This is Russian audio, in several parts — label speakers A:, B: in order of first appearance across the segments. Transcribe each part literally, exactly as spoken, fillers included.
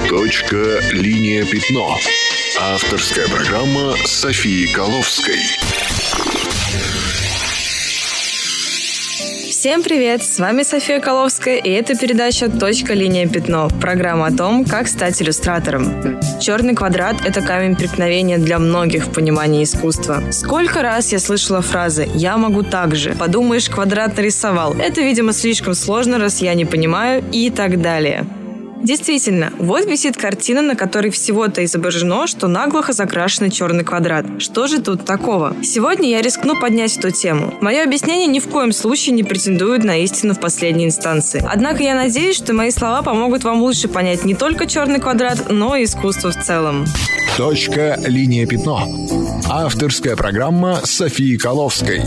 A: Точка, линия, пятно. Авторская программа Софии Коловской.
B: Всем привет! С вами София Коловская, и это передача «Точка, линия, пятно». Программа о том, как стать иллюстратором. Черный квадрат – это камень преткновения для многих в понимании искусства. Сколько раз я слышала фразы «я могу так же», «подумаешь, квадрат нарисовал», «это, видимо, слишком сложно, раз я не понимаю» и так далее. Действительно, вот висит картина, на которой всего-то изображено, что наглухо закрашенный черный квадрат. Что же тут такого? Сегодня я рискну поднять эту тему. Мое объяснение ни в коем случае не претендует на истину в последней инстанции. Однако я надеюсь, что мои слова помогут вам лучше понять не только черный квадрат, но и искусство в целом.
A: Точка, линия, пятно. Авторская программа Софии Коловской.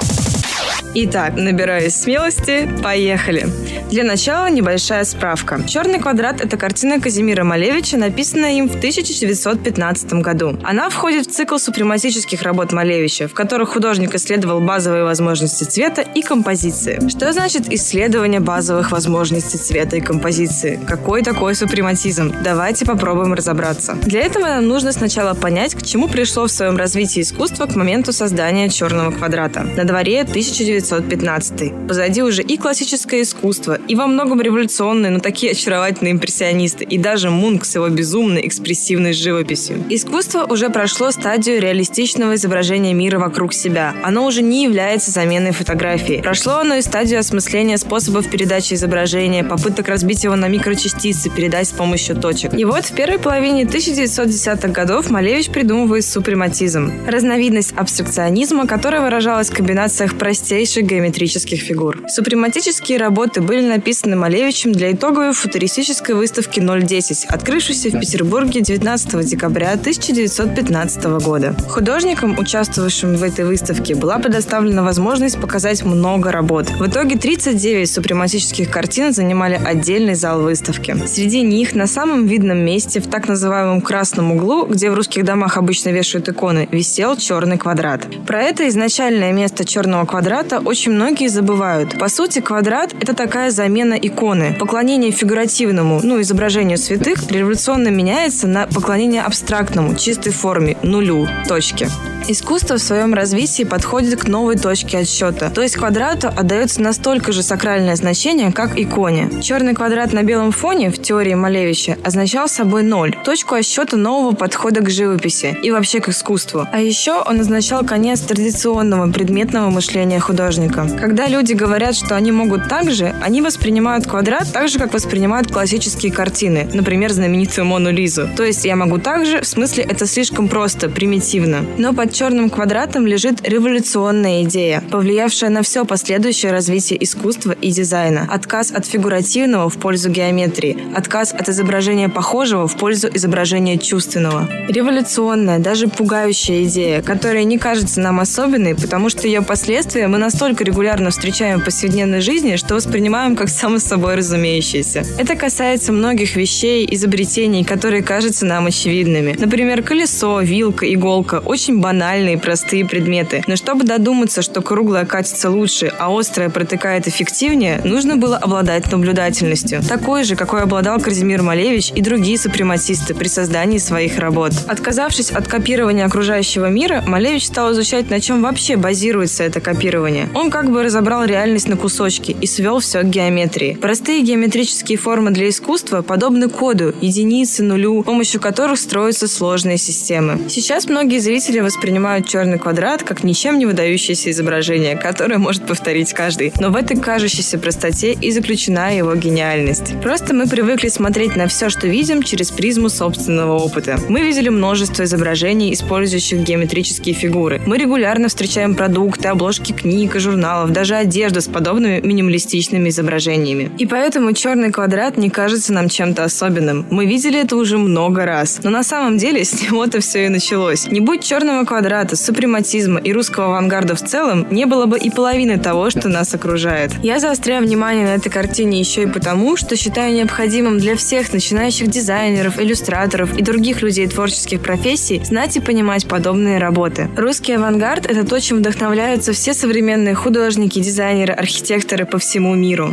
B: Итак, набираюсь смелости, поехали. Для начала небольшая справка. «Черный квадрат» — это картина Казимира Малевича, написанная им в тысяча девятьсот пятнадцатом году. Она входит в цикл супрематических работ Малевича, в которых художник исследовал базовые возможности цвета и композиции. Что значит исследование базовых возможностей цвета и композиции? Какой такой супрематизм? Давайте попробуем разобраться. Для этого нам нужно сначала понять, к чему пришло в своем развитии искусство к моменту создания черного квадрата. На дворе тысяча девятьсот пятнадцатый. Позади уже и классическое искусство, и во многом революционные, но такие очаровательные импрессионисты, и даже Мунк с его безумной экспрессивной живописью. Искусство уже прошло стадию реалистичного изображения мира вокруг себя. Оно уже не является заменой фотографии. Прошло оно и стадию осмысления способов передачи изображения, попыток разбить его на микрочастицы, передать с помощью точек. И вот в первой половине тысяча девятьсот десятых годов Малевич придумывает супрематизм. Разновидность абстракционизма, которая выражалась в комбинациях простейших геометрических фигур. Супрематические работы были написаны Малевичем для итоговой футуристической выставки ноль десять, открывшейся в Петербурге девятнадцатого декабря тысяча девятьсот пятнадцатого года. Художникам, участвовавшим в этой выставке, была предоставлена возможность показать много работ. В итоге тридцать девять супрематических картин занимали отдельный зал выставки. Среди них на самом видном месте, в так называемом красном углу, где в русских домах обычно вешают иконы, висел черный квадрат. Про это изначальное место черного квадрата очень многие забывают. По сути, квадрат – это такая замена иконы. Поклонение фигуративному, ну, изображению святых, революционно меняется на поклонение абстрактному, чистой форме, нулю, точке. Искусство в своем развитии подходит к новой точке отсчета, то есть квадрату отдается настолько же сакральное значение, как иконе. Черный квадрат на белом фоне, в теории Малевича, означал собой ноль, точку отсчета нового подхода к живописи и вообще к искусству. А еще он означал конец традиционного предметного мышления художника. Когда люди говорят, что они могут так же, они воспринимают квадрат так же, как воспринимают классические картины, например, знаменитую Мону Лизу. То есть я могу так же, в смысле это слишком просто, примитивно. Но под черным квадратом лежит революционная идея, повлиявшая на все последующее развитие искусства и дизайна. Отказ от фигуративного в пользу геометрии, отказ от изображения похожего в пользу изображения чувственного. Революционная, даже пугающая идея, которая не кажется нам особенной, потому что ее последствия мы настолько регулярно встречаем в повседневной жизни, что воспринимаем как само собой разумеющееся. Это касается многих вещей, изобретений, которые кажутся нам очевидными. Например, колесо, вилка, иголка – очень банальные и простые предметы. Но чтобы додуматься, что круглое катится лучше, а острое протыкает эффективнее, нужно было обладать наблюдательностью. Такой же, какой обладал Казимир Малевич и другие супрематисты при создании своих работ. Отказавшись от копирования окружающего мира, Малевич стал изучать, на чем вообще базируется это копирование. Он как бы разобрал реальность на кусочки и свел все к геометрии. Простые геометрические формы для искусства подобны коду, единице, нулю, с помощью которых строятся сложные системы. Сейчас многие зрители воспринимают черный квадрат как ничем не выдающееся изображение, которое может повторить каждый. Но в этой кажущейся простоте и заключена его гениальность. Просто мы привыкли смотреть на все, что видим, через призму собственного опыта. Мы видели множество изображений, использующих геометрические фигуры. Мы регулярно встречаем продукты, обложки книг и журналов, даже одежду с подобными минималистичными изображениями. И поэтому черный квадрат не кажется нам чем-то особенным. Мы видели это уже много раз. Но на самом деле с него-то все и началось. Не будь черного квадрата, супрематизма и русского авангарда в целом, не было бы и половины того, что нас окружает. Я заостряю внимание на этой картине еще и потому, что считаю необходимым для всех начинающих дизайнеров, иллюстраторов и других людей творческих профессий знать и понимать подобные работы. Русский авангард – это то, чем вдохновляются все современные художники, дизайнеры, архитекторы по всему миру.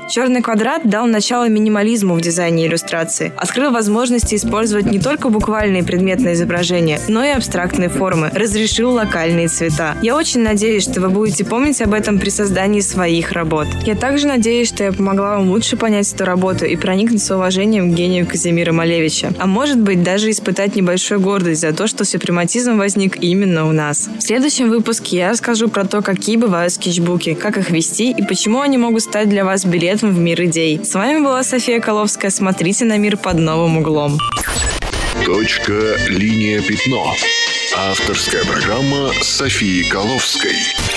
B: Черный квадрат дал начало минимализму в дизайне иллюстрации, открыл возможности использовать не только буквальные предметные изображения, но и абстрактные формы, разрешил локальные цвета. Я очень надеюсь, что вы будете помнить об этом при создании своих работ. Я также надеюсь, что я помогла вам лучше понять эту работу и проникнуться уважением к гению Казимира Малевича. А может быть, даже испытать небольшую гордость за то, что сюпрематизм возник именно у нас. В следующем выпуске я расскажу про то, какие бывают скетчбуки, как их вести и почему они могут стать для вас билетом в мир идей. С вами была София Коловская. Смотрите на мир под новым углом.
A: Точка, линия, пятно. Авторская программа Софии Коловской.